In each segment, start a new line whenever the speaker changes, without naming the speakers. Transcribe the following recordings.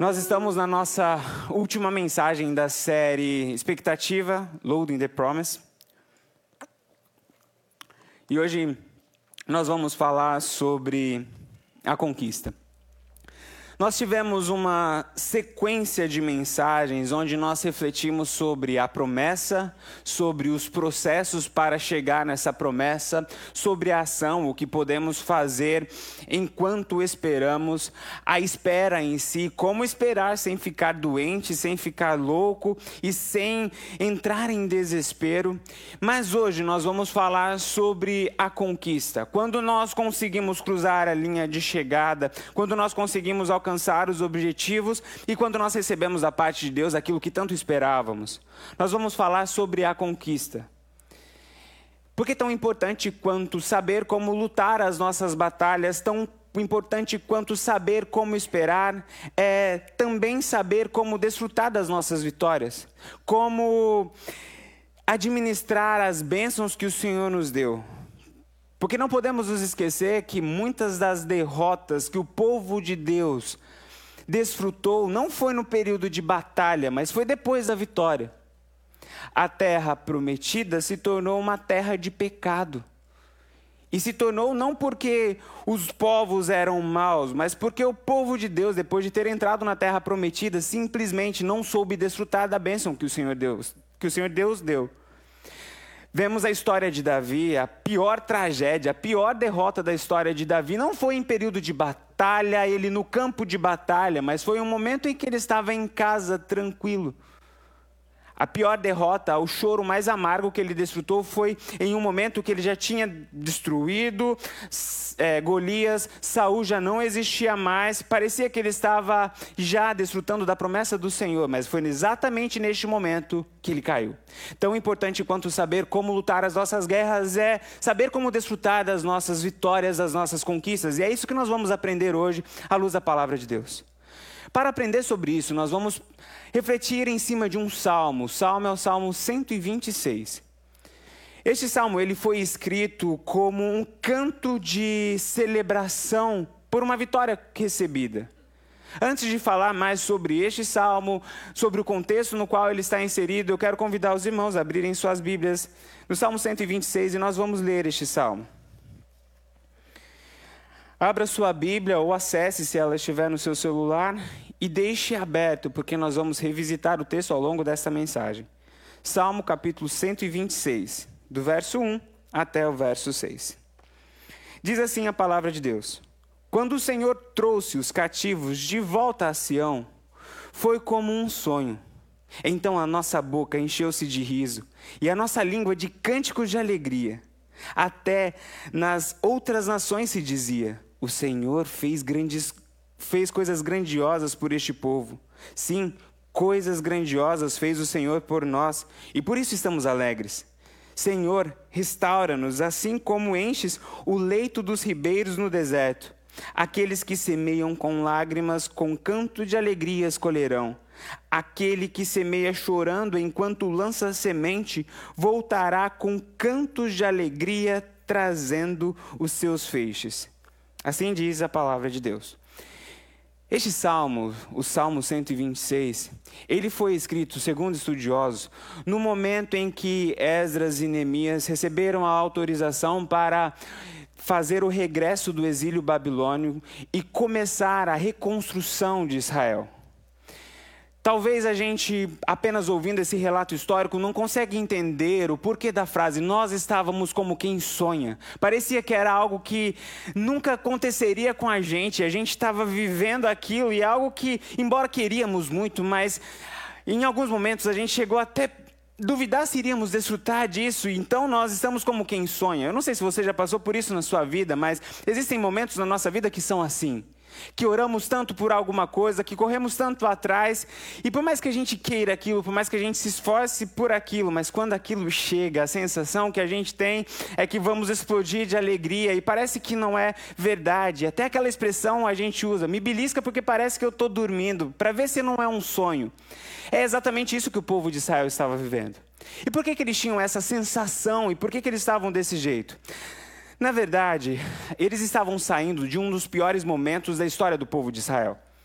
Nós estamos na nossa última mensagem da série Expectativa, Loading the Promise. E hoje nós vamos falar sobre a conquista. Nós tivemos uma sequência de mensagens onde nós refletimos sobre a promessa, sobre os processos para chegar nessa promessa, sobre a ação, o que podemos fazer enquanto esperamos, a espera em si, como esperar sem ficar doente, sem ficar louco e sem entrar em desespero. Mas hoje nós vamos falar sobre a conquista. Quando nós conseguimos cruzar a linha de chegada, quando nós conseguimos alcançar os objetivos e quando nós recebemos da parte de Deus aquilo que tanto esperávamos. Nós vamos falar sobre a conquista. Por que tão importante quanto saber como lutar as nossas batalhas, tão importante quanto saber como esperar, é também saber como desfrutar das nossas vitórias, como administrar as bênçãos que o Senhor nos deu. Porque não podemos nos esquecer que muitas das derrotas que o povo de Deus desfrutou não foi no período de batalha, mas foi depois da vitória. A terra prometida se tornou uma terra de pecado. E se tornou não porque os povos eram maus, mas porque o povo de Deus, depois de ter entrado na terra prometida, simplesmente não soube desfrutar da bênção que o Senhor Deus deu. Vemos a história de Davi, a pior tragédia, a pior derrota da história de Davi não foi em período de batalha, ele no campo de batalha, mas foi um momento em que ele estava em casa tranquilo. A pior derrota, o choro mais amargo que ele desfrutou foi em um momento que ele já tinha destruído Golias, Saul já não existia mais, parecia que ele estava já desfrutando da promessa do Senhor, mas foi exatamente neste momento que ele caiu. Tão importante quanto saber como lutar as nossas guerras é saber como desfrutar das nossas vitórias, das nossas conquistas, e é isso que nós vamos aprender hoje à luz da palavra de Deus. Para aprender sobre isso, nós vamos refletir em cima de um salmo. O salmo é o Salmo 126. Este salmo ele foi escrito como um canto de celebração por uma vitória recebida. Antes de falar mais sobre este salmo, sobre o contexto no qual ele está inserido, eu quero convidar os irmãos a abrirem suas Bíblias no Salmo 126 e nós vamos ler este salmo. Abra sua Bíblia ou acesse se ela estiver no seu celular e deixe aberto, porque nós vamos revisitar o texto ao longo desta mensagem. Salmo capítulo 126, do verso 1 até o verso 6. Diz assim a palavra de Deus: Quando o Senhor trouxe os cativos de volta a Sião, foi como um sonho. Então a nossa boca encheu-se de riso e a nossa língua de cânticos de alegria. Até nas outras nações se dizia: o Senhor fez coisas grandiosas por este povo. Sim, coisas grandiosas fez o Senhor por nós, e por isso estamos alegres. Senhor, restaura-nos, assim como enches o leito dos ribeiros no deserto. Aqueles que semeiam com lágrimas, com canto de alegrias colherão. Aquele que semeia chorando enquanto lança semente, voltará com cantos de alegria, trazendo os seus feixes. Assim diz a palavra de Deus. Este salmo, o Salmo 126, ele foi escrito, segundo estudiosos, no momento em que Esdras e Neemias receberam a autorização para fazer o regresso do exílio babilônico e começar a reconstrução de Israel. Talvez a gente, apenas ouvindo esse relato histórico, não consegue entender o porquê da frase, nós estávamos como quem sonha. Parecia que era algo que nunca aconteceria com a gente estava vivendo aquilo e é algo que, embora queríamos muito, mas em alguns momentos a gente chegou até duvidar se iríamos desfrutar disso, então nós estamos como quem sonha. Eu não sei se você já passou por isso na sua vida, mas existem momentos na nossa vida que são assim. Que oramos tanto por alguma coisa, que corremos tanto atrás, e por mais que a gente queira aquilo, por mais que a gente se esforce por aquilo, mas quando aquilo chega, a sensação que a gente tem é que vamos explodir de alegria, e parece que não é verdade. Até aquela expressão a gente usa, me belisca porque parece que eu estou dormindo, para ver se não é um sonho. É exatamente isso que o povo de Israel estava vivendo. E por que eles tinham essa sensação, e por que eles estavam desse jeito? Na verdade, eles estavam saindo de um dos piores momentos da história do povo de Israel.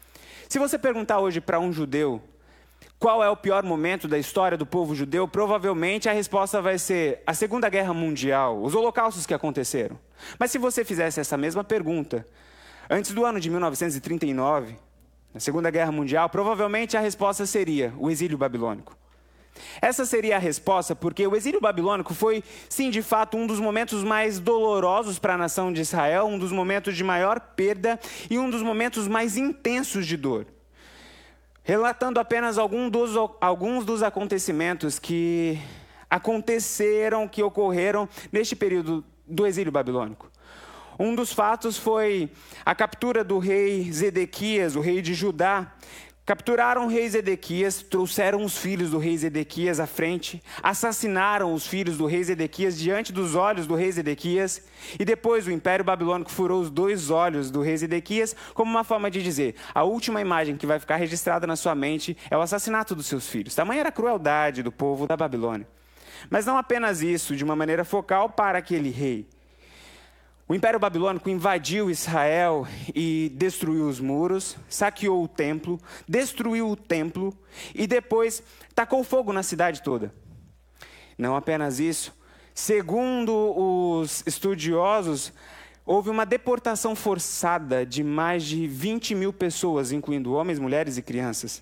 Se você perguntar hoje para um judeu qual é o pior momento da história do povo judeu, provavelmente a resposta vai ser a Segunda Guerra Mundial, os holocaustos que aconteceram. Mas se você fizesse essa mesma pergunta antes do ano de 1939, na Segunda Guerra Mundial, provavelmente a resposta seria o exílio babilônico. Essa seria a resposta porque o exílio babilônico foi, sim, de fato, um dos momentos mais dolorosos para a nação de Israel, um dos momentos de maior perda e um dos momentos mais intensos de dor. Relatando apenas alguns dos acontecimentos que aconteceram, que ocorreram neste período do exílio babilônico. Um dos fatos foi a captura do rei Zedequias, o rei de Judá. Capturaram o rei Zedequias, trouxeram os filhos do rei Zedequias à frente, assassinaram os filhos do rei Zedequias diante dos olhos do rei Zedequias, e depois o Império Babilônico furou os 2 olhos do rei Zedequias como uma forma de dizer: a última imagem que vai ficar registrada na sua mente é o assassinato dos seus filhos. Tamanha era a crueldade do povo da Babilônia. Mas não apenas isso, de uma maneira focal para aquele rei. O Império Babilônico invadiu Israel e destruiu os muros, saqueou o templo, destruiu o templo e depois tacou fogo na cidade toda. Não apenas isso, segundo os estudiosos, houve uma deportação forçada de mais de 20 mil pessoas, incluindo homens, mulheres e crianças.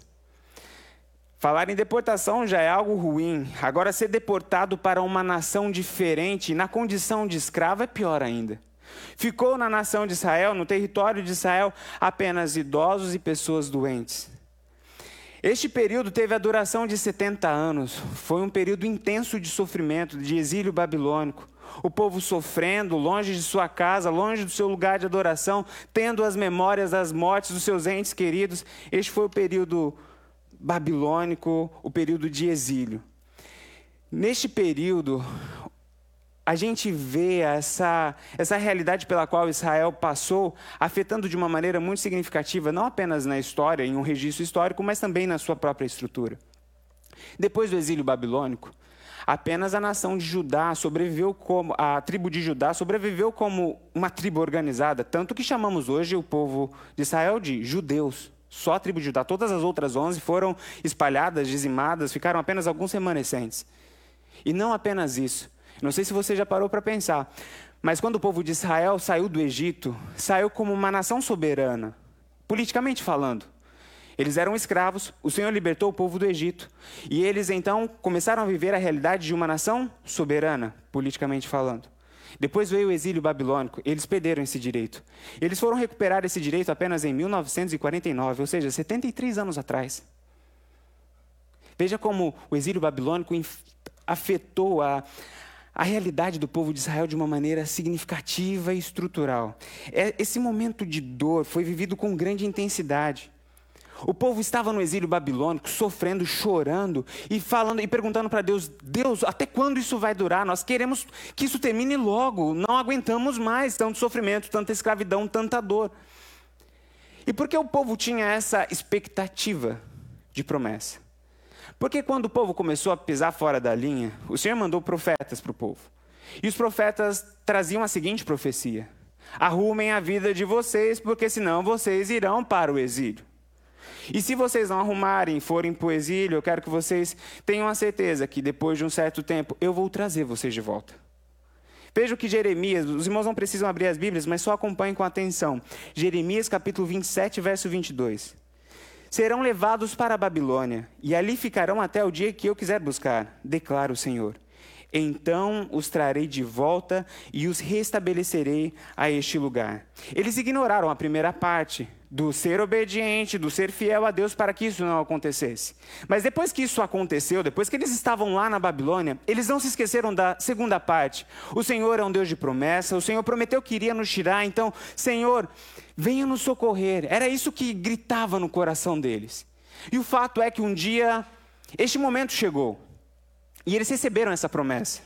Falar em deportação já é algo ruim. Agora, ser deportado para uma nação diferente, na condição de escravo, é pior ainda. Ficou na nação de Israel, no território de Israel, apenas idosos e pessoas doentes. Este período teve a duração de 70 anos. Foi um período intenso de sofrimento, de exílio babilônico. O povo sofrendo, longe de sua casa, longe do seu lugar de adoração, tendo as memórias das mortes dos seus entes queridos. Este foi o período babilônico, o período de exílio. Neste período, a gente vê essa realidade pela qual Israel passou, afetando de uma maneira muito significativa, não apenas na história, em um registro histórico, mas também na sua própria estrutura. Depois do exílio babilônico, apenas a nação de Judá sobreviveu a tribo de Judá sobreviveu como uma tribo organizada, tanto que chamamos hoje o povo de Israel de judeus. Só a tribo de Judá, todas as outras 11 foram espalhadas, dizimadas, ficaram apenas alguns remanescentes. E não apenas isso. Não sei se você já parou para pensar, mas quando o povo de Israel saiu do Egito, saiu como uma nação soberana, politicamente falando. Eles eram escravos, o Senhor libertou o povo do Egito, e eles então começaram a viver a realidade de uma nação soberana, politicamente falando. Depois veio o exílio babilônico, eles perderam esse direito. Eles foram recuperar esse direito apenas em 1949, ou seja, 73 anos atrás. Veja como o exílio babilônico afetou a realidade do povo de Israel de uma maneira significativa e estrutural. Esse momento de dor foi vivido com grande intensidade. O povo estava no exílio babilônico, sofrendo, chorando e falando e perguntando para Deus: Deus, até quando isso vai durar? Nós queremos que isso termine logo, não aguentamos mais tanto sofrimento, tanta escravidão, tanta dor. E por que o povo tinha essa expectativa de promessa? Porque quando o povo começou a pisar fora da linha, o Senhor mandou profetas para o povo. E os profetas traziam a seguinte profecia: arrumem a vida de vocês, porque senão vocês irão para o exílio. E se vocês não arrumarem e forem para o exílio, eu quero que vocês tenham a certeza que depois de um certo tempo, eu vou trazer vocês de volta. Veja o que Jeremias, os irmãos não precisam abrir as Bíblias, mas só acompanhem com atenção. Jeremias capítulo 27, verso 22. Serão levados para a Babilônia, e ali ficarão até o dia que eu quiser buscar, declara o Senhor. Então os trarei de volta e os restabelecerei a este lugar. Eles ignoraram a primeira parte, do ser obediente, do ser fiel a Deus para que isso não acontecesse. Mas depois que isso aconteceu, depois que eles estavam lá na Babilônia, eles não se esqueceram da segunda parte. O Senhor é um Deus de promessa, o Senhor prometeu que iria nos tirar, então, Senhor, venha nos socorrer. Era isso que gritava no coração deles. E o fato é que um dia, este momento chegou. E eles receberam essa promessa.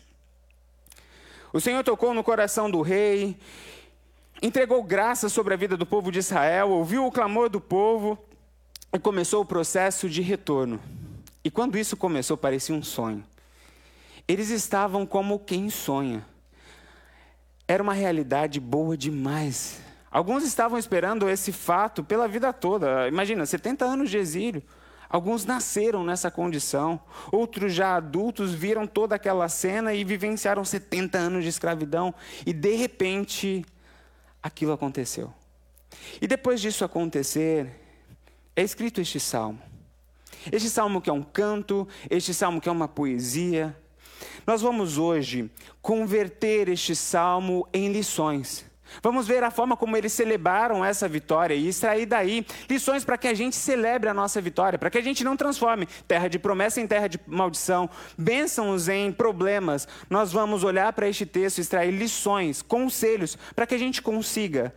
O Senhor tocou no coração do rei, entregou graça sobre a vida do povo de Israel, ouviu o clamor do povo e começou o processo de retorno. E quando isso começou, parecia um sonho. Eles estavam como quem sonha. Era uma realidade boa demais. Alguns estavam esperando esse fato pela vida toda. Imagina, 70 anos de exílio. Alguns nasceram nessa condição. Outros já adultos viram toda aquela cena e vivenciaram 70 anos de escravidão. E de repente, aquilo aconteceu. E depois disso acontecer, é escrito este salmo. Este salmo que é um canto, este salmo que é uma poesia. Nós vamos hoje converter este salmo em lições. Vamos ver a forma como eles celebraram essa vitória e extrair daí lições para que a gente celebre a nossa vitória, para que a gente não transforme terra de promessa em terra de maldição, bênçãos em problemas. Nós vamos olhar para este texto e extrair lições, conselhos, para que a gente consiga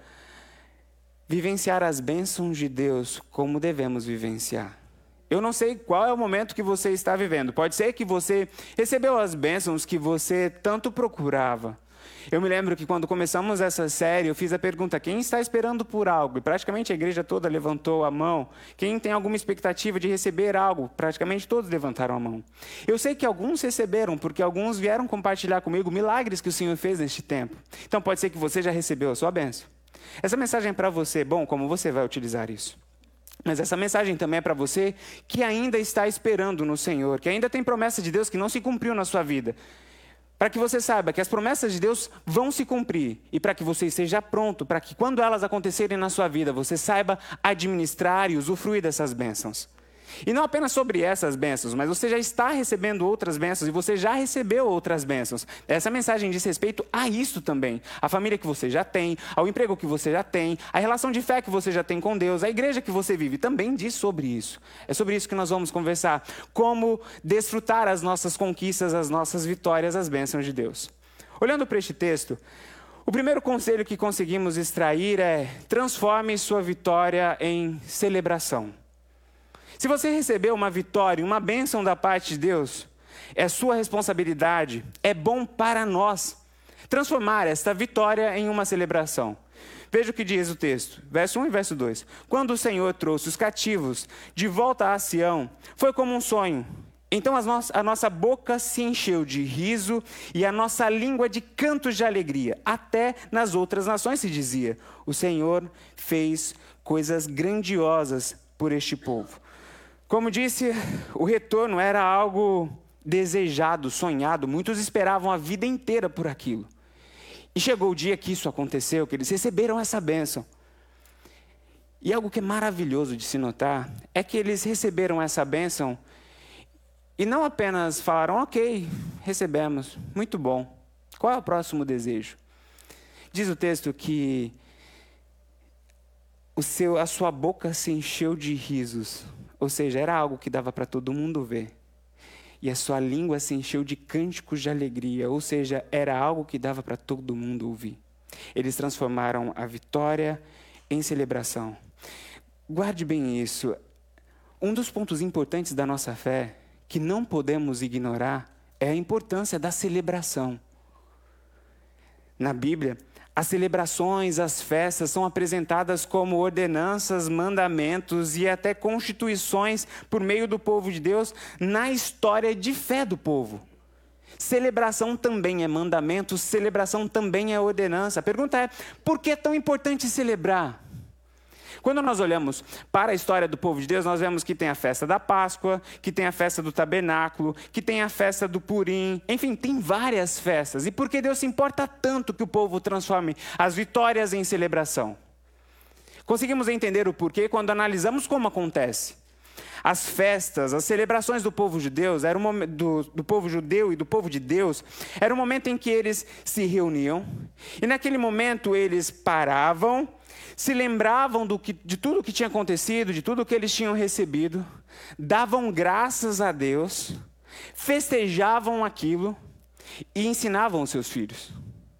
vivenciar as bênçãos de Deus como devemos vivenciar. Eu não sei qual é o momento que você está vivendo. Pode ser que você recebeu as bênçãos que você tanto procurava. Eu me lembro que quando começamos essa série, eu fiz a pergunta, quem está esperando por algo? E praticamente a igreja toda levantou a mão. Quem tem alguma expectativa de receber algo? Praticamente todos levantaram a mão. Eu sei que alguns receberam, porque alguns vieram compartilhar comigo milagres que o Senhor fez neste tempo. Então pode ser que você já recebeu a sua bênção. Essa mensagem é para você, bom, como você vai utilizar isso? Mas essa mensagem também é para você que ainda está esperando no Senhor, que ainda tem promessa de Deus que não se cumpriu na sua vida. Para que você saiba que as promessas de Deus vão se cumprir e para que você esteja pronto, para que quando elas acontecerem na sua vida, você saiba administrar e usufruir dessas bênçãos. E não apenas sobre essas bênçãos, mas você já está recebendo outras bênçãos e você já recebeu outras bênçãos. Essa mensagem diz respeito a isso também. A família que você já tem, ao emprego que você já tem, a relação de fé que você já tem com Deus, a igreja que você vive também diz sobre isso. É sobre isso que nós vamos conversar. Como desfrutar as nossas conquistas, as nossas vitórias, as bênçãos de Deus. Olhando para este texto, o primeiro conselho que conseguimos extrair é: transforme sua vitória em celebração. Se você recebeu uma vitória, uma bênção da parte de Deus, é sua responsabilidade, é bom para nós transformar esta vitória em uma celebração. Veja o que diz o texto, verso 1 e verso 2. Quando o Senhor trouxe os cativos de volta a Sião, foi como um sonho. Então a nossa boca se encheu de riso e a nossa língua de cantos de alegria. Até nas outras nações se dizia: o Senhor fez coisas grandiosas por este povo. Como disse, o retorno era algo desejado, sonhado. Muitos esperavam a vida inteira por aquilo. E chegou o dia que isso aconteceu, que eles receberam essa bênção. E algo que é maravilhoso de se notar é que eles receberam essa bênção e não apenas falaram: ok, recebemos, muito bom. Qual é o próximo desejo? Diz o texto que a sua boca se encheu de risos. Ou seja, era algo que dava para todo mundo ver. E a sua língua se encheu de cânticos de alegria. Ou seja, era algo que dava para todo mundo ouvir. Eles transformaram a vitória em celebração. Guarde bem isso. Um dos pontos importantes da nossa fé, que não podemos ignorar, é a importância da celebração. Na Bíblia, as celebrações, as festas são apresentadas como ordenanças, mandamentos e até constituições por meio do povo de Deus na história de fé do povo. Celebração também é mandamento, celebração também é ordenança. A pergunta é: por que é tão importante celebrar? Quando nós olhamos para a história do povo de Deus, nós vemos que tem a festa da Páscoa, que tem a festa do Tabernáculo, que tem a festa do Purim. Enfim, tem várias festas. E por que Deus se importa tanto que o povo transforme as vitórias em celebração? Conseguimos entender o porquê quando analisamos como acontece. As festas, as celebrações do povo judeu, do povo judeu e do povo de Deus, era um momento em que eles se reuniam. E naquele momento eles paravam, se lembravam de tudo o que tinha acontecido, de tudo o que eles tinham recebido, davam graças a Deus, festejavam aquilo e ensinavam os seus filhos.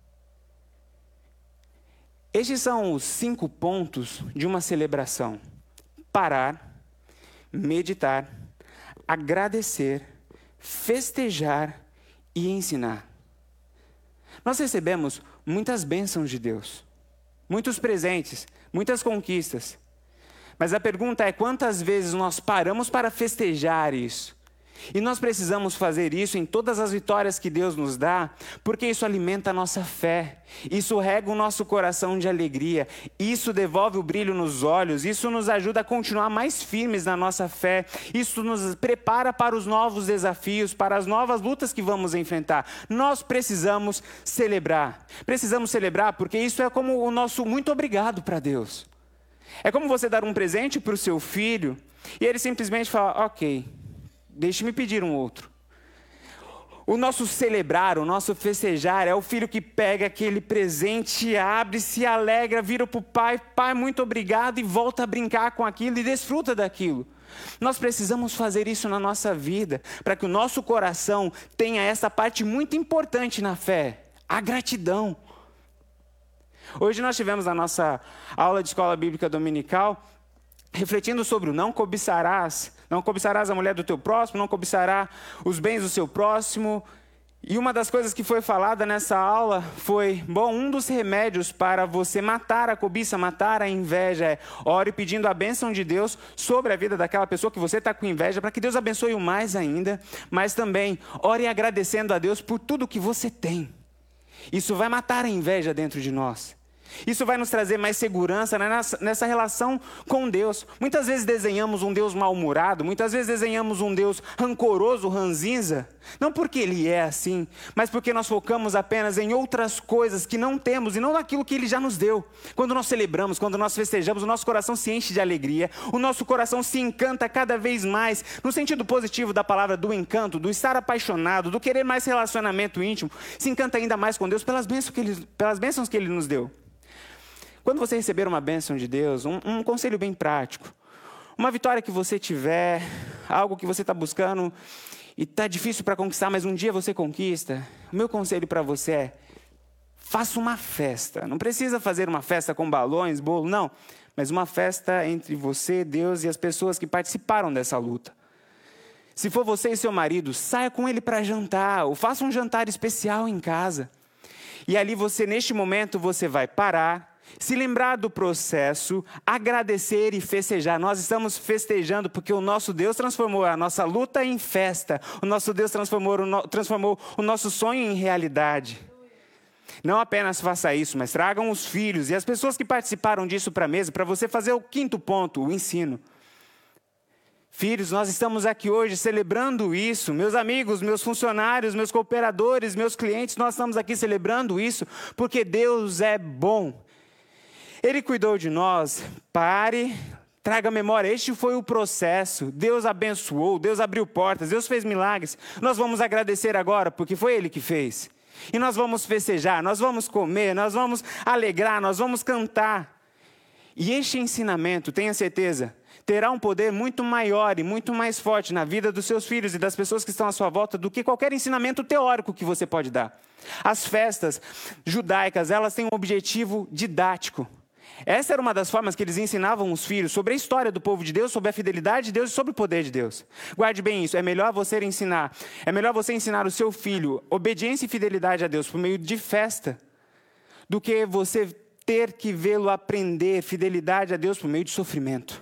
Estes são os 5 pontos de uma celebração: parar, meditar, agradecer, festejar e ensinar. Nós recebemos muitas bênçãos de Deus, muitos presentes, muitas conquistas. Mas a pergunta é: quantas vezes nós paramos para festejar isso? E nós precisamos fazer isso em todas as vitórias que Deus nos dá, porque isso alimenta a nossa fé, isso rega o nosso coração de alegria, isso devolve o brilho nos olhos, isso nos ajuda a continuar mais firmes na nossa fé, isso nos prepara para os novos desafios, para as novas lutas que vamos enfrentar. Nós precisamos celebrar porque isso é como o nosso muito obrigado para Deus. É como você dar um presente para o seu filho e ele simplesmente fala, ok, deixe-me pedir um outro. O nosso celebrar, o nosso festejar é o filho que pega aquele presente, abre, se alegra, vira para o pai, pai, muito obrigado, e volta a brincar com aquilo e desfruta daquilo. Nós precisamos fazer isso na nossa vida, para que o nosso coração tenha essa parte muito importante na fé, a gratidão. Hoje nós tivemos a nossa aula de escola bíblica dominical, refletindo sobre o não cobiçarás a mulher do teu próximo, não cobiçará os bens do seu próximo. E uma das coisas que foi falada nessa aula foi, um dos remédios para você matar a cobiça, matar a inveja é ore pedindo a bênção de Deus sobre a vida daquela pessoa que você está com inveja, para que Deus abençoe o mais ainda, mas também ore agradecendo a Deus por tudo que você tem. Isso vai matar a inveja dentro de nós. Isso vai nos trazer mais segurança nessa relação com Deus. Muitas vezes desenhamos um Deus mal-humorado, muitas vezes desenhamos um Deus rancoroso, ranzinza. Não porque Ele é assim, mas porque nós focamos apenas em outras coisas que não temos e não naquilo que Ele já nos deu. Quando nós celebramos, quando nós festejamos, o nosso coração se enche de alegria, o nosso coração se encanta cada vez mais, no sentido positivo da palavra, do encanto, do estar apaixonado, do querer mais relacionamento íntimo, se encanta ainda mais com Deus pelas bênçãos que Ele nos deu. Quando você receber uma bênção de Deus, um conselho bem prático, uma vitória que você tiver, algo que você está buscando e está difícil para conquistar, mas um dia você conquista, o meu conselho para você é, faça uma festa. Não precisa fazer uma festa com balões, bolo, não, mas uma festa entre você, Deus e as pessoas que participaram dessa luta. Se for você e seu marido, saia com ele para jantar, ou faça um jantar especial em casa. E ali neste momento, você vai parar, se lembrar do processo, agradecer e festejar. Nós estamos festejando porque o nosso Deus transformou a nossa luta em festa. O nosso Deus transformou o nosso sonho em realidade. Não apenas faça isso, mas tragam os filhos e as pessoas que participaram disso para a mesa, para você fazer o quinto ponto, o ensino. Filhos, nós estamos aqui hoje celebrando isso. Meus amigos, meus funcionários, meus cooperadores, meus clientes, nós estamos aqui celebrando isso porque Deus é bom. Ele cuidou de nós. Pare, traga a memória. Este foi o processo. Deus abençoou, Deus abriu portas, Deus fez milagres. Nós vamos agradecer agora, porque foi Ele que fez. E nós vamos festejar, nós vamos comer, nós vamos alegrar, nós vamos cantar. E este ensinamento, tenha certeza, terá um poder muito maior e muito mais forte na vida dos seus filhos e das pessoas que estão à sua volta do que qualquer ensinamento teórico que você pode dar. As festas judaicas, elas têm um objetivo didático. Essa era uma das formas que eles ensinavam os filhos sobre a história do povo de Deus, sobre a fidelidade de Deus e sobre o poder de Deus. Guarde bem isso, é melhor você ensinar o seu filho obediência e fidelidade a Deus por meio de festa, do que você ter que vê-lo aprender fidelidade a Deus por meio de sofrimento.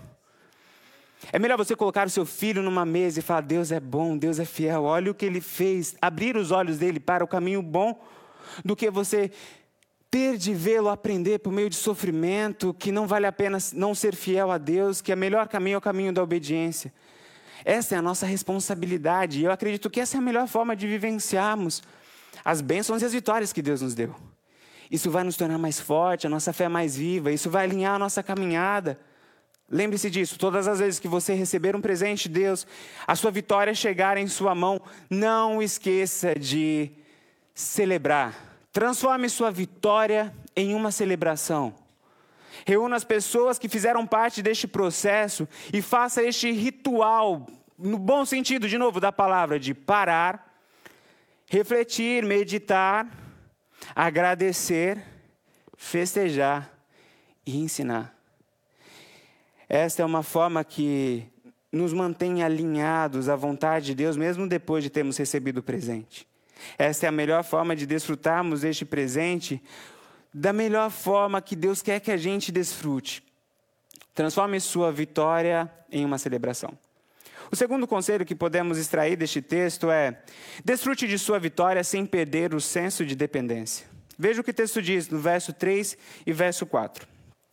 É melhor você colocar o seu filho numa mesa e falar, Deus é bom, Deus é fiel, olha o que Ele fez, abrir os olhos dele para o caminho bom, do que você ter de vê-lo aprender por meio de sofrimento, que não vale a pena não ser fiel a Deus, que o melhor caminho é o caminho da obediência. Essa é a nossa responsabilidade, e eu acredito que essa é a melhor forma de vivenciarmos as bênçãos e as vitórias que Deus nos deu. Isso vai nos tornar mais forte, a nossa fé mais viva, isso vai alinhar a nossa caminhada. Lembre-se disso, todas as vezes que você receber um presente de Deus, a sua vitória chegar em sua mão, não esqueça de celebrar. Transforme sua vitória em uma celebração. Reúna as pessoas que fizeram parte deste processo e faça este ritual, no bom sentido, de novo, da palavra, de parar, refletir, meditar, agradecer, festejar e ensinar. Esta é uma forma que nos mantém alinhados à vontade de Deus, mesmo depois de termos recebido o presente. Esta é a melhor forma de desfrutarmos deste presente da melhor forma que Deus quer que a gente desfrute. Transforme sua vitória em uma celebração. O segundo conselho que podemos extrair deste texto é: desfrute de sua vitória sem perder o senso de dependência. Veja o que o texto diz no verso 3 e verso 4.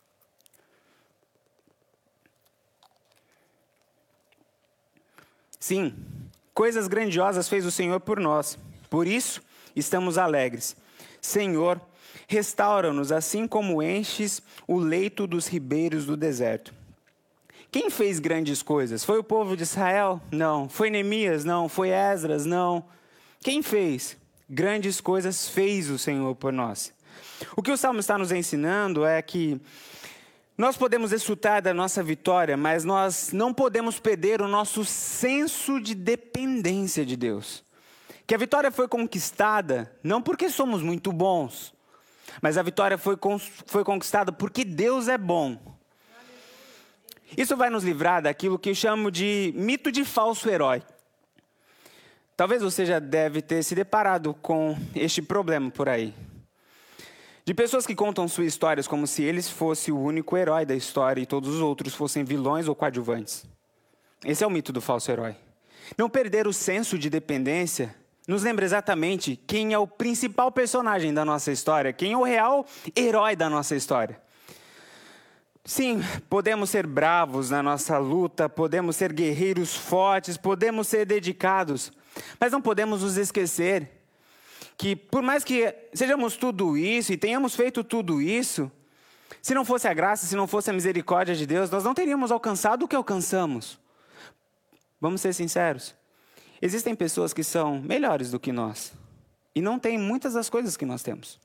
Sim, coisas grandiosas fez o Senhor por nós. Por isso, estamos alegres. Senhor, restaura-nos assim como enches o leito dos ribeiros do deserto. Quem fez grandes coisas? Foi o povo de Israel? Não. Foi Neemias? Não. Foi Esdras? Não. Quem fez? Grandes coisas fez o Senhor por nós. O que o Salmo está nos ensinando é que nós podemos desfrutar da nossa vitória, mas nós não podemos perder o nosso senso de dependência de Deus. Que a vitória foi conquistada não porque somos muito bons, mas a vitória foi conquistada porque Deus é bom. Isso vai nos livrar daquilo que eu chamo de mito de falso herói. Talvez você já deve ter se deparado com este problema por aí. De pessoas que contam suas histórias como se eles fossem o único herói da história e todos os outros fossem vilões ou coadjuvantes. Esse é o mito do falso herói. Não perder o senso de dependência nos lembra exatamente quem é o principal personagem da nossa história, quem é o real herói da nossa história. Sim, podemos ser bravos na nossa luta, podemos ser guerreiros fortes, podemos ser dedicados, mas não podemos nos esquecer que por mais que sejamos tudo isso e tenhamos feito tudo isso, se não fosse a graça, se não fosse a misericórdia de Deus, nós não teríamos alcançado o que alcançamos. Vamos ser sinceros. Existem pessoas que são melhores do que nós e não têm muitas das coisas que nós temos.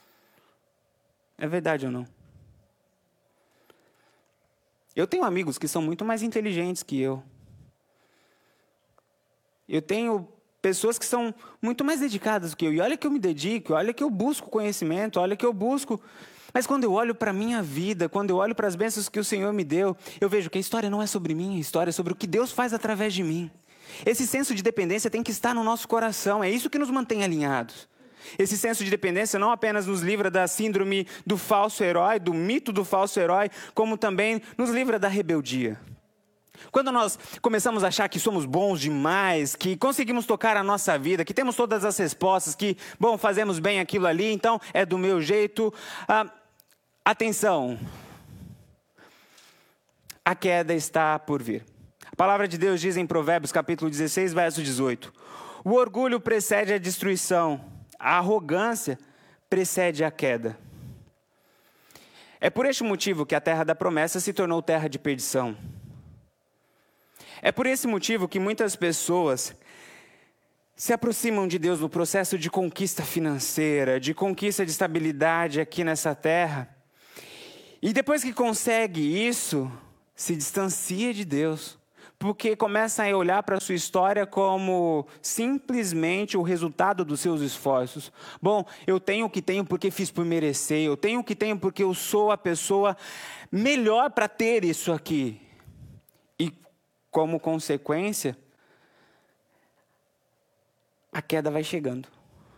É verdade ou não? Eu tenho amigos que são muito mais inteligentes que eu. Eu tenho pessoas que são muito mais dedicadas do que eu. E olha que eu me dedico, olha que eu busco conhecimento, olha que eu busco. Mas quando eu olho para a minha vida, quando eu olho para as bênçãos que o Senhor me deu, eu vejo que a história não é sobre mim, a história é sobre o que Deus faz através de mim. Esse senso de dependência tem que estar no nosso coração, é isso que nos mantém alinhados. Esse senso de dependência não apenas nos livra da síndrome do falso herói, do mito do falso herói, como também nos livra da rebeldia. Quando nós começamos a achar que somos bons demais, que conseguimos tocar a nossa vida, que temos todas as respostas, que, bom, fazemos bem aquilo ali, então é do meu jeito. Atenção, a queda está por vir. A palavra de Deus diz em Provérbios capítulo 16, verso 18. O orgulho precede a destruição, a arrogância precede a queda. É por este motivo que a terra da promessa se tornou terra de perdição. É por esse motivo que muitas pessoas se aproximam de Deus no processo de conquista financeira, de conquista de estabilidade aqui nessa terra. E depois que consegue isso, se distancia de Deus, porque começa a olhar para a sua história como simplesmente o resultado dos seus esforços. Bom, eu tenho o que tenho porque fiz por merecer, eu tenho o que tenho porque eu sou a pessoa melhor para ter isso aqui. E como consequência, a queda vai chegando.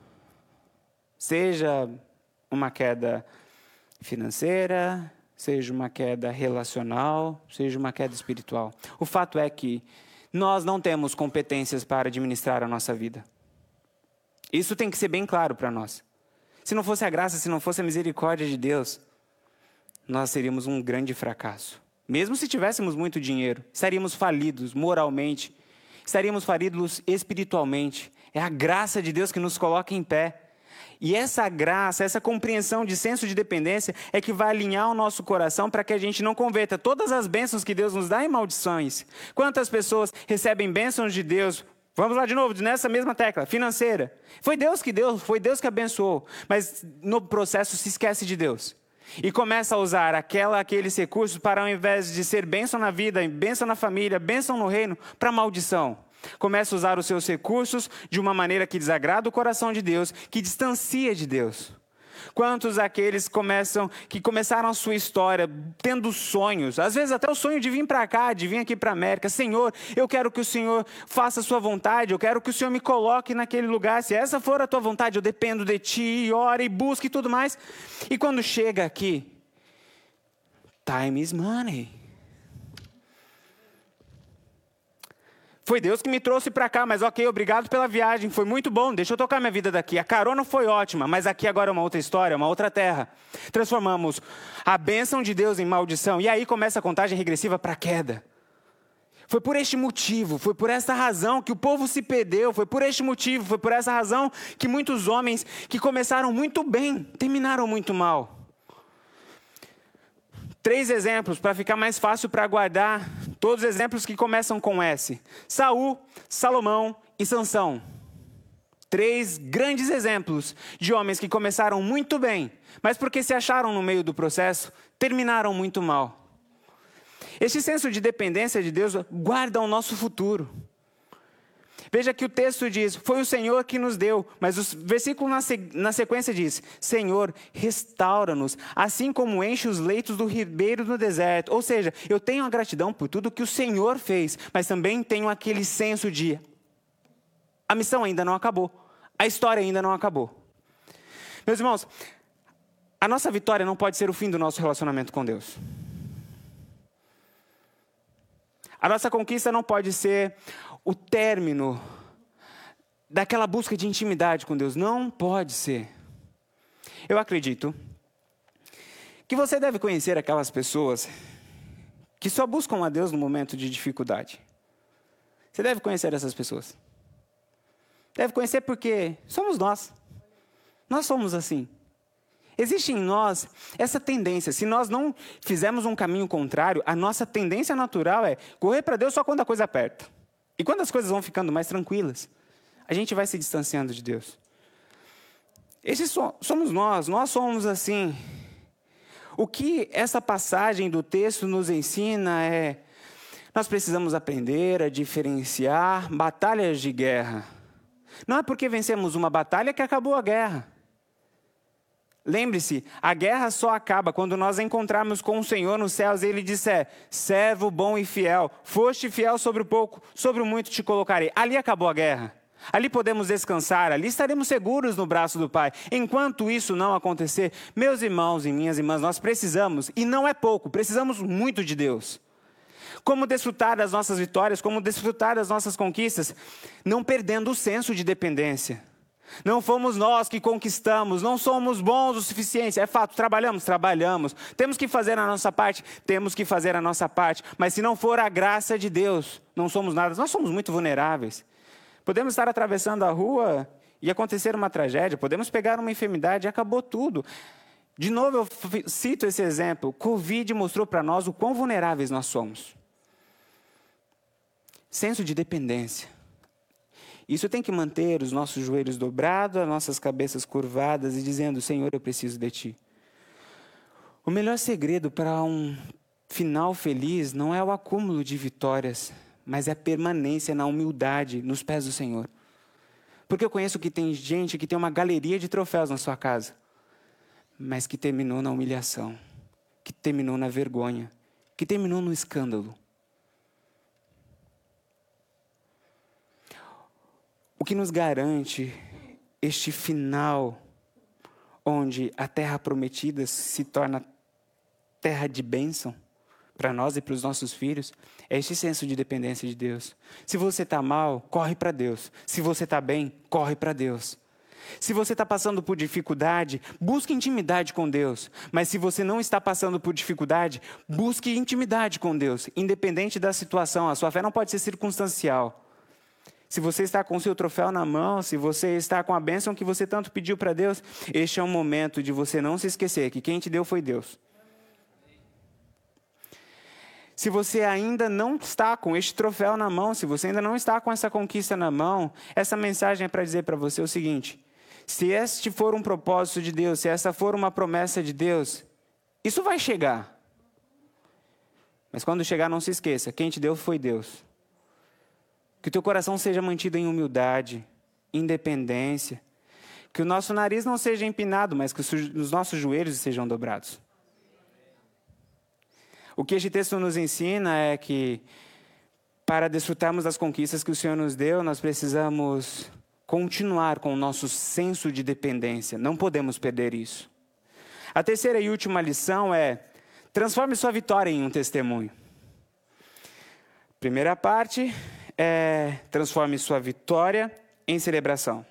Seja uma queda financeira, seja uma queda relacional, seja uma queda espiritual. O fato é que nós não temos competências para administrar a nossa vida. Isso tem que ser bem claro para nós. Se não fosse a graça, se não fosse a misericórdia de Deus, nós seríamos um grande fracasso. Mesmo se tivéssemos muito dinheiro, estaríamos falidos moralmente, estaríamos falidos espiritualmente. É a graça de Deus que nos coloca em pé. E essa graça, essa compreensão de senso de dependência é que vai alinhar o nosso coração para que a gente não converta todas as bênçãos que Deus nos dá em maldições. Quantas pessoas recebem bênçãos de Deus? Vamos lá de novo, nessa mesma tecla, financeira. Foi Deus que deu, foi Deus que abençoou. Mas no processo se esquece de Deus. E começa a usar aqueles recursos para, ao invés de ser bênção na vida, bênção na família, bênção no reino, para maldição. Começa a usar os seus recursos de uma maneira que desagrada o coração de Deus, que distancia de Deus. Quantos aqueles que começaram a sua história tendo sonhos, às vezes até o sonho de vir para cá, de vir aqui para a América. Senhor, eu quero que o Senhor faça a sua vontade, eu quero que o Senhor me coloque naquele lugar. Se essa for a tua vontade, eu dependo de ti, e ora e busca e tudo mais. E quando chega aqui, time is money. Foi Deus que me trouxe para cá, mas ok, obrigado pela viagem, foi muito bom, deixa eu tocar minha vida daqui. A carona foi ótima, mas aqui agora é uma outra história, uma outra terra. Transformamos a bênção de Deus em maldição, e aí começa a contagem regressiva para a queda. Foi por este motivo, foi por essa razão que o povo se perdeu, foi por este motivo, foi por essa razão que muitos homens que começaram muito bem, terminaram muito mal. 3 exemplos para ficar mais fácil para guardar, todos os exemplos que começam com S. Saul, Salomão e Sansão. 3 grandes exemplos de homens que começaram muito bem, mas porque se acharam no meio do processo, terminaram muito mal. Este senso de dependência de Deus guarda o nosso futuro. Veja que o texto diz, foi o Senhor que nos deu, mas o versículo na sequência diz, Senhor, restaura-nos, assim como enche os leitos do ribeiro no deserto. Ou seja, eu tenho a gratidão por tudo que o Senhor fez, mas também tenho aquele senso de, a missão ainda não acabou, a história ainda não acabou. Meus irmãos, a nossa vitória não pode ser o fim do nosso relacionamento com Deus. A nossa conquista não pode ser o término daquela busca de intimidade com Deus. Não pode ser. Eu acredito que você deve conhecer aquelas pessoas que só buscam a Deus no momento de dificuldade. Você deve conhecer essas pessoas. Deve conhecer porque somos nós. Nós somos assim. Existe em nós essa tendência. Se nós não fizermos um caminho contrário, a nossa tendência natural é correr para Deus só quando a coisa aperta. E quando as coisas vão ficando mais tranquilas, a gente vai se distanciando de Deus. Esses somos nós somos assim. O que essa passagem do texto nos ensina é, nós precisamos aprender a diferenciar batalhas de guerra. Não é porque vencemos uma batalha que acabou a guerra. Lembre-se, a guerra só acaba quando nós encontrarmos com o Senhor nos céus e Ele disser, servo bom e fiel, foste fiel sobre o pouco, sobre o muito te colocarei. Ali acabou a guerra. Ali podemos descansar, ali estaremos seguros no braço do Pai. Enquanto isso não acontecer, meus irmãos e minhas irmãs, nós precisamos, e não é pouco, precisamos muito de Deus. Como desfrutar das nossas vitórias, como desfrutar das nossas conquistas, não perdendo o senso de dependência. Não fomos nós que conquistamos, não somos bons o suficiente. É fato, trabalhamos. Temos que fazer a nossa parte, Mas se não for a graça de Deus, não somos nada. Nós somos muito vulneráveis. Podemos estar atravessando a rua e acontecer uma tragédia. Podemos pegar uma enfermidade e acabou tudo. De novo eu cito esse exemplo. Covid mostrou para nós o quão vulneráveis nós somos. Senso de dependência. Isso tem que manter os nossos joelhos dobrados, as nossas cabeças curvadas e dizendo, Senhor, eu preciso de Ti. O melhor segredo para um final feliz não é o acúmulo de vitórias, mas é a permanência na humildade, nos pés do Senhor. Porque eu conheço que tem gente que tem uma galeria de troféus na sua casa, mas que terminou na humilhação, que terminou na vergonha, que terminou no escândalo. O que nos garante este final, onde a terra prometida se torna terra de bênção para nós e para os nossos filhos, é este senso de dependência de Deus. Se você está mal, corre para Deus. Se você está bem, corre para Deus. Se você está passando por dificuldade, busque intimidade com Deus. Mas se você não está passando por dificuldade, busque intimidade com Deus. Independente da situação, a sua fé não pode ser circunstancial. Se você está com o seu troféu na mão, se você está com a bênção que você tanto pediu para Deus, este é o momento de você não se esquecer que quem te deu foi Deus. Se você ainda não está com este troféu na mão, se você ainda não está com essa conquista na mão, essa mensagem é para dizer para você o seguinte, se este for um propósito de Deus, se essa for uma promessa de Deus, isso vai chegar. Mas quando chegar, não se esqueça, quem te deu foi Deus. Que o teu coração seja mantido em humildade, independência. Que o nosso nariz não seja empinado, mas que os nossos joelhos sejam dobrados. O que este texto nos ensina é que, para desfrutarmos das conquistas que o Senhor nos deu, nós precisamos continuar com o nosso senso de dependência. Não podemos perder isso. A terceira e última lição é, transforme sua vitória em um testemunho. Primeira parte transforme sua vitória em celebração.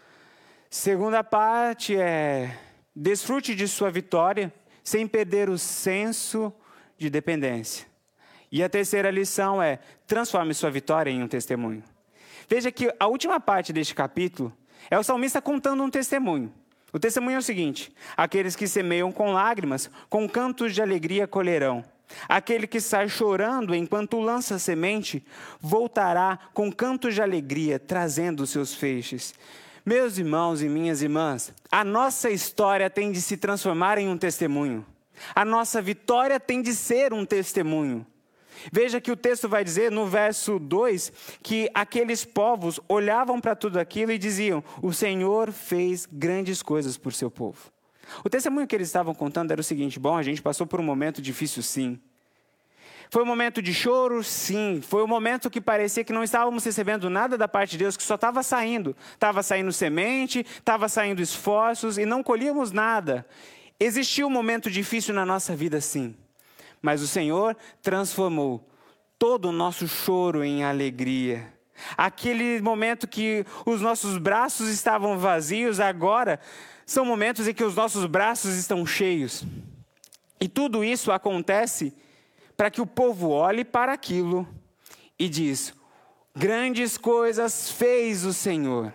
Segunda parte é desfrute de sua vitória sem perder o senso de dependência. E a terceira lição é transforme sua vitória em um testemunho. Veja que a última parte deste capítulo é o salmista contando um testemunho. O testemunho é o seguinte: aqueles que semeiam com lágrimas, com cantos de alegria colherão. Aquele que sai chorando enquanto lança semente, voltará com cantos de alegria, trazendo os seus feixes. Meus irmãos e minhas irmãs, a nossa história tem de se transformar em um testemunho. A nossa vitória tem de ser um testemunho. Veja que o texto vai dizer no verso 2 que aqueles povos olhavam para tudo aquilo e diziam: o Senhor fez grandes coisas por seu povo. O testemunho que eles estavam contando era o seguinte: bom, a gente passou por um momento difícil, sim. Foi um momento de choro, sim. Foi um momento que parecia que não estávamos recebendo nada da parte de Deus, que só estava saindo. Estava saindo semente, estava saindo esforços e não colhíamos nada. Existiu um momento difícil na nossa vida, sim. Mas o Senhor transformou todo o nosso choro em alegria. Aquele momento que os nossos braços estavam vazios, agora são momentos em que os nossos braços estão cheios. E tudo isso acontece para que o povo olhe para aquilo e diz: grandes coisas fez o Senhor.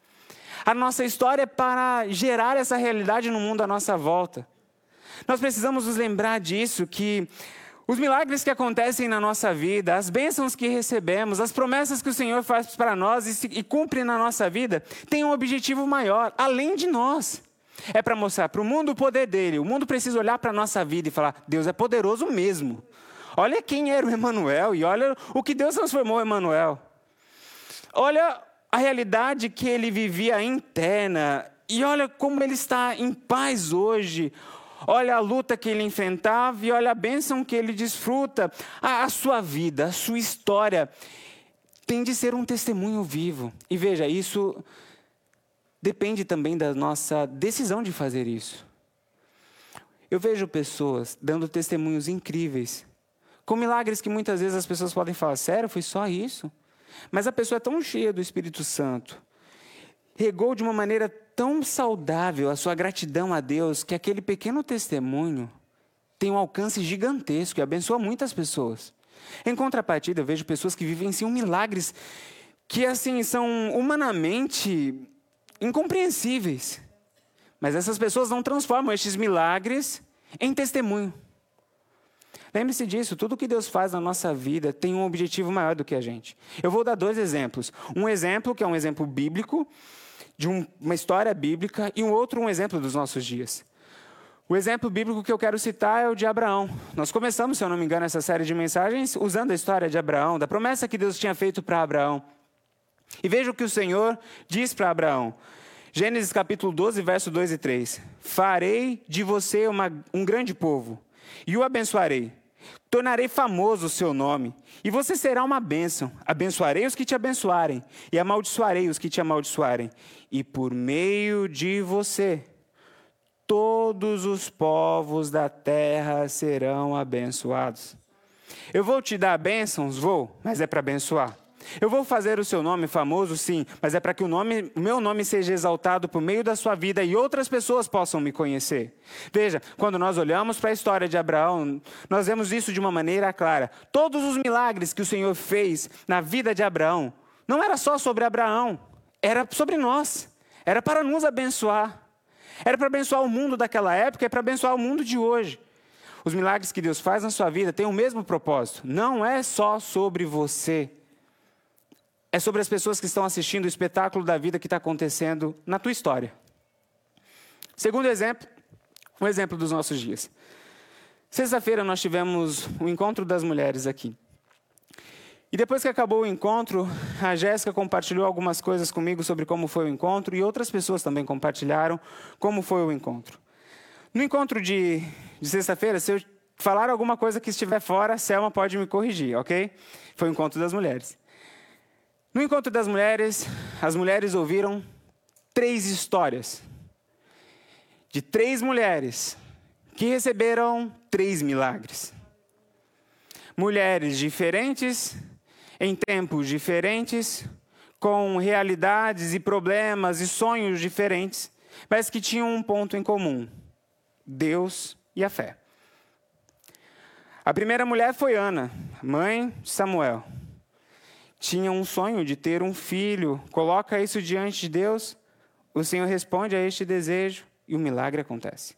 A nossa história é para gerar essa realidade no mundo à nossa volta. Nós precisamos nos lembrar disso, que os milagres que acontecem na nossa vida, as bênçãos que recebemos, as promessas que o Senhor faz para nós e cumpre na nossa vida, têm um objetivo maior, além de nós. É para mostrar para o mundo o poder dele. O mundo precisa olhar para a nossa vida e falar: Deus é poderoso mesmo. Olha quem era o Emanuel e olha o que Deus transformou o Emanuel. Olha a realidade que ele vivia interna e olha como ele está em paz hoje. Olha a luta que ele enfrentava e olha a bênção que ele desfruta. A sua vida, a sua história tem de ser um testemunho vivo. E veja, isso depende também da nossa decisão de fazer isso. Eu vejo pessoas dando testemunhos incríveis, com milagres que muitas vezes as pessoas podem falar: sério, foi só isso? Mas a pessoa é tão cheia do Espírito Santo, regou de uma maneira tão saudável a sua gratidão a Deus, que aquele pequeno testemunho tem um alcance gigantesco e abençoa muitas pessoas. Em contrapartida, eu vejo pessoas que vivenciam milagres que, assim, são humanamente incompreensíveis. Mas essas pessoas não transformam estes milagres em testemunho. Lembre-se disso, tudo que Deus faz na nossa vida tem um objetivo maior do que a gente. Eu vou dar 2 exemplos. Um exemplo que é um exemplo bíblico, de uma história bíblica, e um exemplo dos nossos dias. O exemplo bíblico que eu quero citar é o de Abraão. Nós começamos, se eu não me engano, essa série de mensagens usando a história de Abraão, da promessa que Deus tinha feito para Abraão. E veja o que o Senhor diz para Abraão. Gênesis capítulo 12, verso 2 e 3. Farei de você um grande povo, e o abençoarei. Tornarei famoso o seu nome, e você será uma bênção. Abençoarei os que te abençoarem, e amaldiçoarei os que te amaldiçoarem. E por meio de você, todos os povos da terra serão abençoados. Eu vou te dar bênçãos? Vou, mas é para abençoar. Eu vou fazer o seu nome famoso, sim, mas é para que o meu nome seja exaltado por meio da sua vida e outras pessoas possam me conhecer. Veja, quando nós olhamos para a história de Abraão, nós vemos isso de uma maneira clara. Todos os milagres que o Senhor fez na vida de Abraão, não era só sobre Abraão, era sobre nós, era para nos abençoar. Era para abençoar o mundo daquela época e para abençoar o mundo de hoje. Os milagres que Deus faz na sua vida têm o mesmo propósito. Não é só sobre você. É sobre as pessoas que estão assistindo o espetáculo da vida que está acontecendo na tua história. Segundo exemplo, um exemplo dos nossos dias. Sexta-feira nós tivemos o encontro das mulheres aqui. E depois que acabou o encontro, a Jéssica compartilhou algumas coisas comigo sobre como foi o encontro e outras pessoas também compartilharam como foi o encontro. No encontro de sexta-feira, se eu falar alguma coisa que estiver fora, Selma pode me corrigir, ok? Foi o encontro das mulheres. No encontro das mulheres, as mulheres ouviram 3 histórias de 3 mulheres que receberam 3 milagres. Mulheres diferentes, em tempos diferentes, com realidades e problemas e sonhos diferentes, mas que tinham um ponto em comum: Deus e a fé. A primeira mulher foi Ana, mãe de Samuel. Tinha um sonho de ter um filho, coloca isso diante de Deus, o Senhor responde a este desejo e o milagre acontece.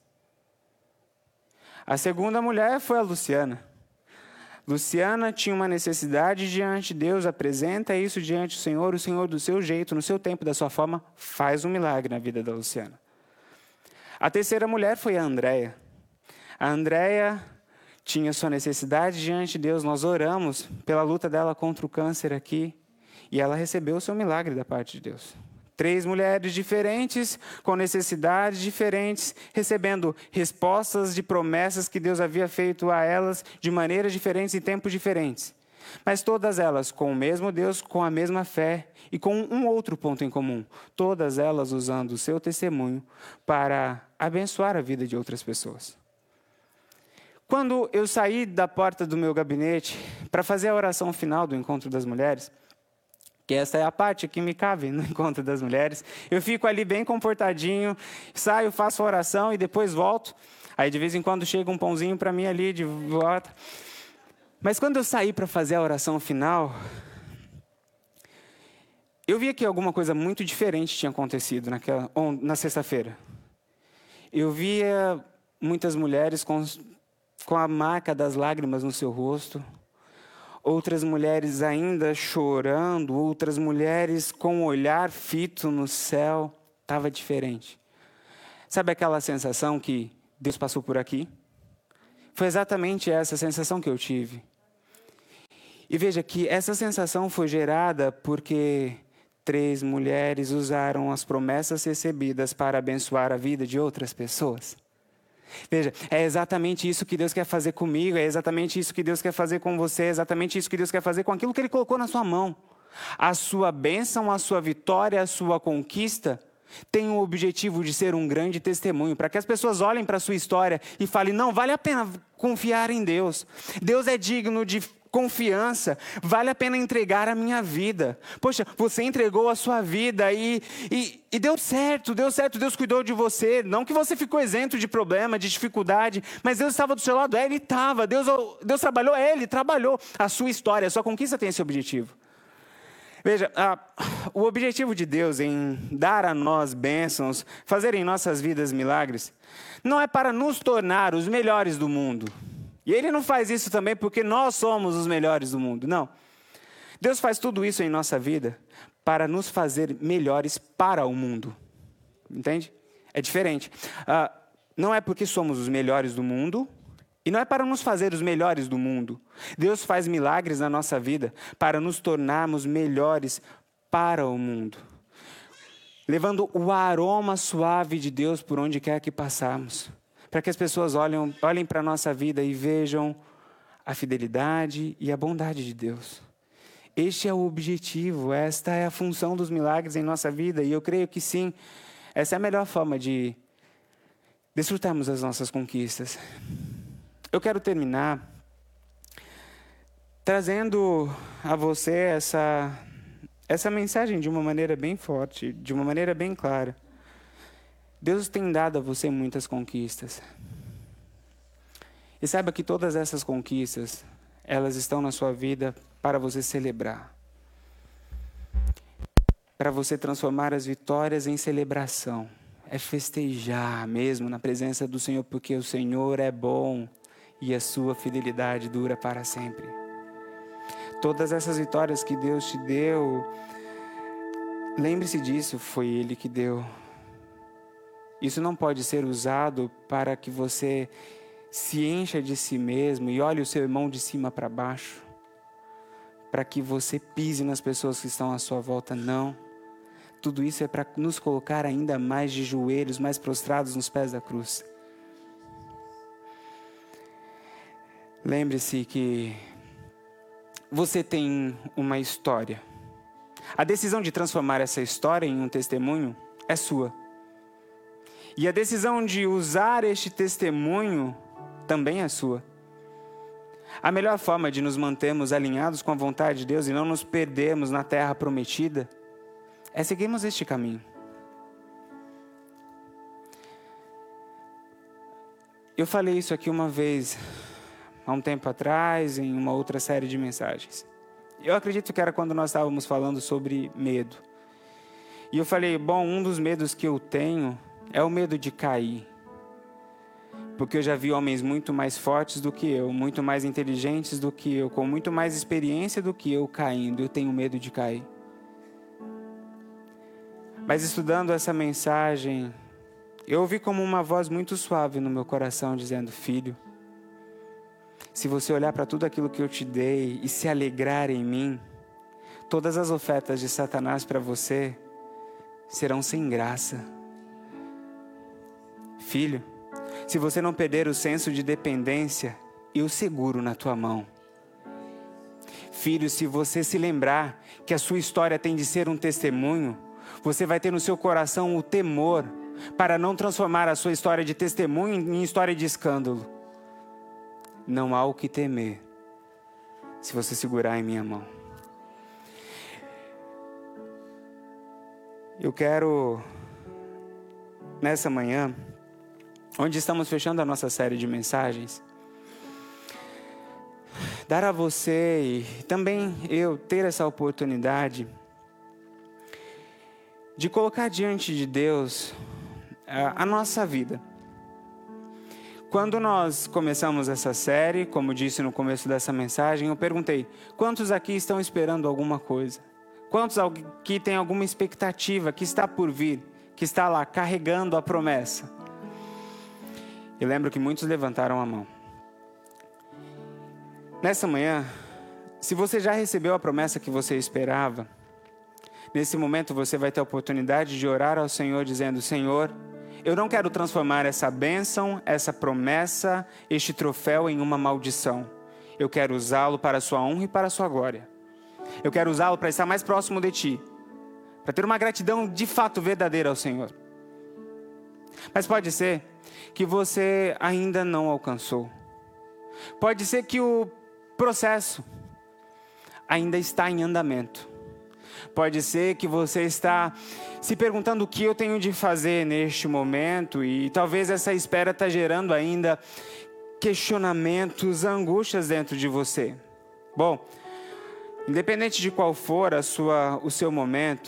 A segunda mulher foi a Luciana. Luciana tinha uma necessidade diante de Deus, apresenta isso diante do Senhor, o Senhor do seu jeito, no seu tempo, da sua forma, faz um milagre na vida da Luciana. A terceira mulher foi a Andréia. A Andréia tinha sua necessidade diante de Deus, nós oramos pela luta dela contra o câncer aqui, e ela recebeu o seu milagre da parte de Deus. 3 mulheres diferentes, com necessidades diferentes, recebendo respostas de promessas que Deus havia feito a elas de maneiras diferentes e tempos diferentes. Mas todas elas com o mesmo Deus, com a mesma fé e com um outro ponto em comum. Todas elas usando o seu testemunho para abençoar a vida de outras pessoas. Quando eu saí da porta do meu gabinete para fazer a oração final do Encontro das Mulheres, que essa é a parte que me cabe no Encontro das Mulheres, eu fico ali bem comportadinho, saio, faço a oração e depois volto. Aí de vez em quando chega um pãozinho para mim ali de volta. Mas quando eu saí para fazer a oração final, eu via que alguma coisa muito diferente tinha acontecido na sexta-feira. Eu via muitas mulheres com a marca das lágrimas no seu rosto, outras mulheres ainda chorando, outras mulheres com o olhar fito no céu. Estava diferente. Sabe aquela sensação que Deus passou por aqui? Foi exatamente essa sensação que eu tive. E veja que essa sensação foi gerada porque 3 mulheres usaram as promessas recebidas para abençoar a vida de outras pessoas. Veja, é exatamente isso que Deus quer fazer comigo, é exatamente isso que Deus quer fazer com você, é exatamente isso que Deus quer fazer com aquilo que Ele colocou na sua mão. A sua bênção, a sua vitória, a sua conquista tem o objetivo de ser um grande testemunho, para que as pessoas olhem para a sua história e falem: não, vale a pena confiar em Deus. Deus é digno de confiança, vale a pena entregar a minha vida. Poxa, você entregou a sua vida e deu certo, Deus cuidou de você. Não que você ficou isento de problema, de dificuldade, mas Deus estava do seu lado, Ele estava. Deus trabalhou, Ele trabalhou. A sua história, a sua conquista tem esse objetivo. Veja, o objetivo de Deus em dar a nós bênçãos, fazer em nossas vidas milagres, não é para nos tornar os melhores do mundo. E Ele não faz isso também porque nós somos os melhores do mundo, não. Deus faz tudo isso em nossa vida para nos fazer melhores para o mundo. Entende? É diferente. Não é porque somos os melhores do mundo, e não é para nos fazer os melhores do mundo. Deus faz milagres na nossa vida para nos tornarmos melhores para o mundo, levando o aroma suave de Deus por onde quer que passarmos, para que as pessoas olhem para a nossa vida e vejam a fidelidade e a bondade de Deus. Este é o objetivo, esta é a função dos milagres em nossa vida, e eu creio que sim, essa é a melhor forma de desfrutarmos das nossas conquistas. Eu quero terminar trazendo a você essa mensagem de uma maneira bem forte, de uma maneira bem clara. Deus tem dado a você muitas conquistas. E saiba que todas essas conquistas, elas estão na sua vida para você celebrar. Para você transformar as vitórias em celebração. É festejar mesmo na presença do Senhor, porque o Senhor é bom e a sua fidelidade dura para sempre. Todas essas vitórias que Deus te deu, lembre-se disso, foi Ele que deu. Isso não pode ser usado para que você se encha de si mesmo e olhe o seu irmão de cima para baixo, para que você pise nas pessoas que estão à sua volta, não. Tudo isso é para nos colocar ainda mais de joelhos, mais prostrados nos pés da cruz. Lembre-se que você tem uma história. A decisão de transformar essa história em um testemunho é sua. E a decisão de usar este testemunho também é sua. A melhor forma de nos mantermos alinhados com a vontade de Deus e não nos perdermos na terra prometida é seguirmos este caminho. Eu falei isso aqui uma vez, há um tempo atrás, em uma outra série de mensagens. Eu acredito que era quando nós estávamos falando sobre medo. E eu falei, um dos medos que eu tenho é o medo de cair. Porque eu já vi homens muito mais fortes do que eu, muito mais inteligentes do que eu, com muito mais experiência do que eu caindo. Eu tenho medo de cair. Mas estudando essa mensagem, eu ouvi como uma voz muito suave no meu coração dizendo, filho, se você olhar para tudo aquilo que eu te dei e se alegrar em mim, todas as ofertas de Satanás para você serão sem graça. Filho, se você não perder o senso de dependência, eu seguro na tua mão. Filho, se você se lembrar que a sua história tem de ser um testemunho, você vai ter no seu coração o temor para não transformar a sua história de testemunho em história de escândalo. Não há o que temer se você segurar em minha mão. Eu quero, nessa manhã, onde estamos fechando a nossa série de mensagens, dar a você e também eu ter essa oportunidade de colocar diante de Deus a nossa vida. Quando nós começamos essa série, como disse no começo dessa mensagem, eu perguntei, quantos aqui estão esperando alguma coisa? Quantos aqui têm alguma expectativa que está por vir, que está lá carregando a promessa? Eu lembro que muitos levantaram a mão. Nessa manhã, se você já recebeu a promessa que você esperava, nesse momento você vai ter a oportunidade de orar ao Senhor dizendo, Senhor, eu não quero transformar essa bênção, essa promessa, este troféu em uma maldição. Eu quero usá-lo para a sua honra e para a sua glória. Eu quero usá-lo para estar mais próximo de Ti, para ter uma gratidão de fato verdadeira ao Senhor. Mas pode ser que você ainda não alcançou. Pode ser que o processo ainda está em andamento. Pode ser que você está se perguntando o que eu tenho de fazer neste momento e talvez essa espera está gerando ainda questionamentos, angústias dentro de você. Bom, independente de qual for o seu momento,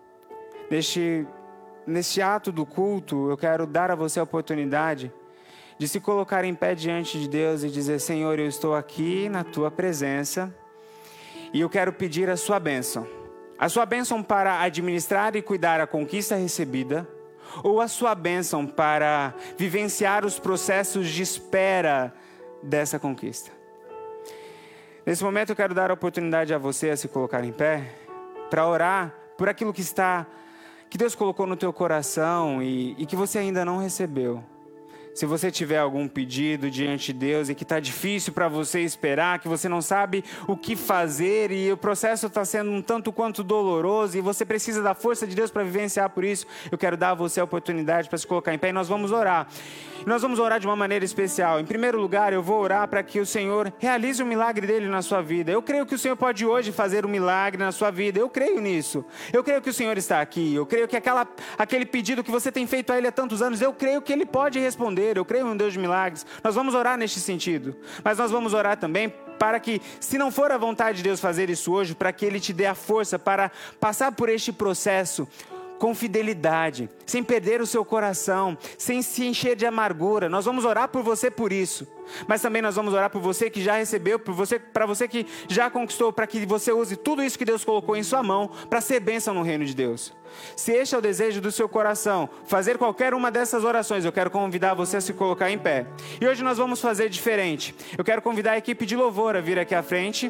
neste ato do culto, eu quero dar a você a oportunidade de se colocar em pé diante de Deus e dizer, Senhor, eu estou aqui na Tua presença e eu quero pedir a Sua bênção. A Sua bênção para administrar e cuidar a conquista recebida, ou a Sua bênção para vivenciar os processos de espera dessa conquista. Nesse momento eu quero dar a oportunidade a você a se colocar em pé, para orar por aquilo que Deus colocou no teu coração e que você ainda não recebeu. Se você tiver algum pedido diante de Deus e que está difícil para você esperar, que você não sabe o que fazer e o processo está sendo um tanto quanto doloroso e você precisa da força de Deus para vivenciar por isso, eu quero dar a você a oportunidade para se colocar em pé e nós vamos orar. Nós vamos orar de uma maneira especial. Em primeiro lugar, eu vou orar para que o Senhor realize o milagre dele na sua vida. Eu creio que o Senhor pode hoje fazer um milagre na sua vida. Eu creio nisso. Eu creio que o Senhor está aqui. Eu creio que aquele pedido que você tem feito a Ele há tantos anos, eu creio que Ele pode responder. Eu creio em um Deus de milagres. Nós vamos orar neste sentido. Mas nós vamos orar também para que, se não for a vontade de Deus fazer isso hoje, para que Ele te dê a força para passar por este processo com fidelidade, sem perder o seu coração, sem se encher de amargura. Nós vamos orar por você por isso, mas também nós vamos orar por você que já recebeu, para você que já conquistou, para que você use tudo isso que Deus colocou em sua mão para ser bênção no reino de Deus. Se este é o desejo do seu coração, fazer qualquer uma dessas orações, eu quero convidar você a se colocar em pé. E hoje nós vamos fazer diferente. Eu quero convidar a equipe de louvor a vir aqui à frente.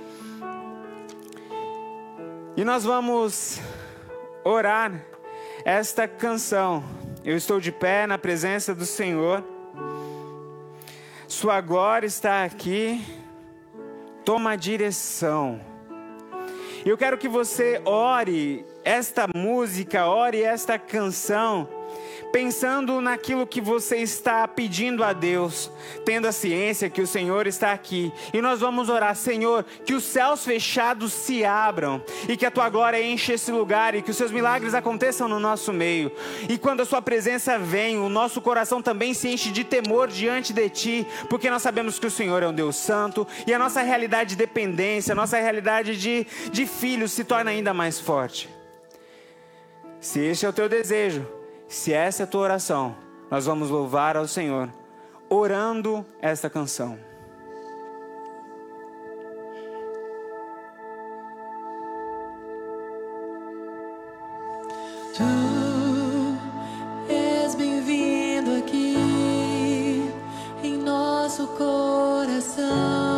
E nós vamos orar esta canção. Eu estou de pé na presença do Senhor. Sua glória está aqui. Toma a direção. Eu quero que você ore esta música, ore esta canção, pensando naquilo que você está pedindo a Deus, tendo a ciência que o Senhor está aqui. E nós vamos orar: Senhor, que os céus fechados se abram e que a Tua glória enche esse lugar e que os Seus milagres aconteçam no nosso meio. E quando a Sua presença vem, o nosso coração também se enche de temor diante de Ti, porque nós sabemos que o Senhor é um Deus santo e a nossa realidade de dependência, a nossa realidade de filhos se torna ainda mais forte. Se este é o Teu desejo, se essa é a tua oração, nós vamos louvar ao Senhor, orando esta canção.
Tu és bem-vindo aqui em nosso coração.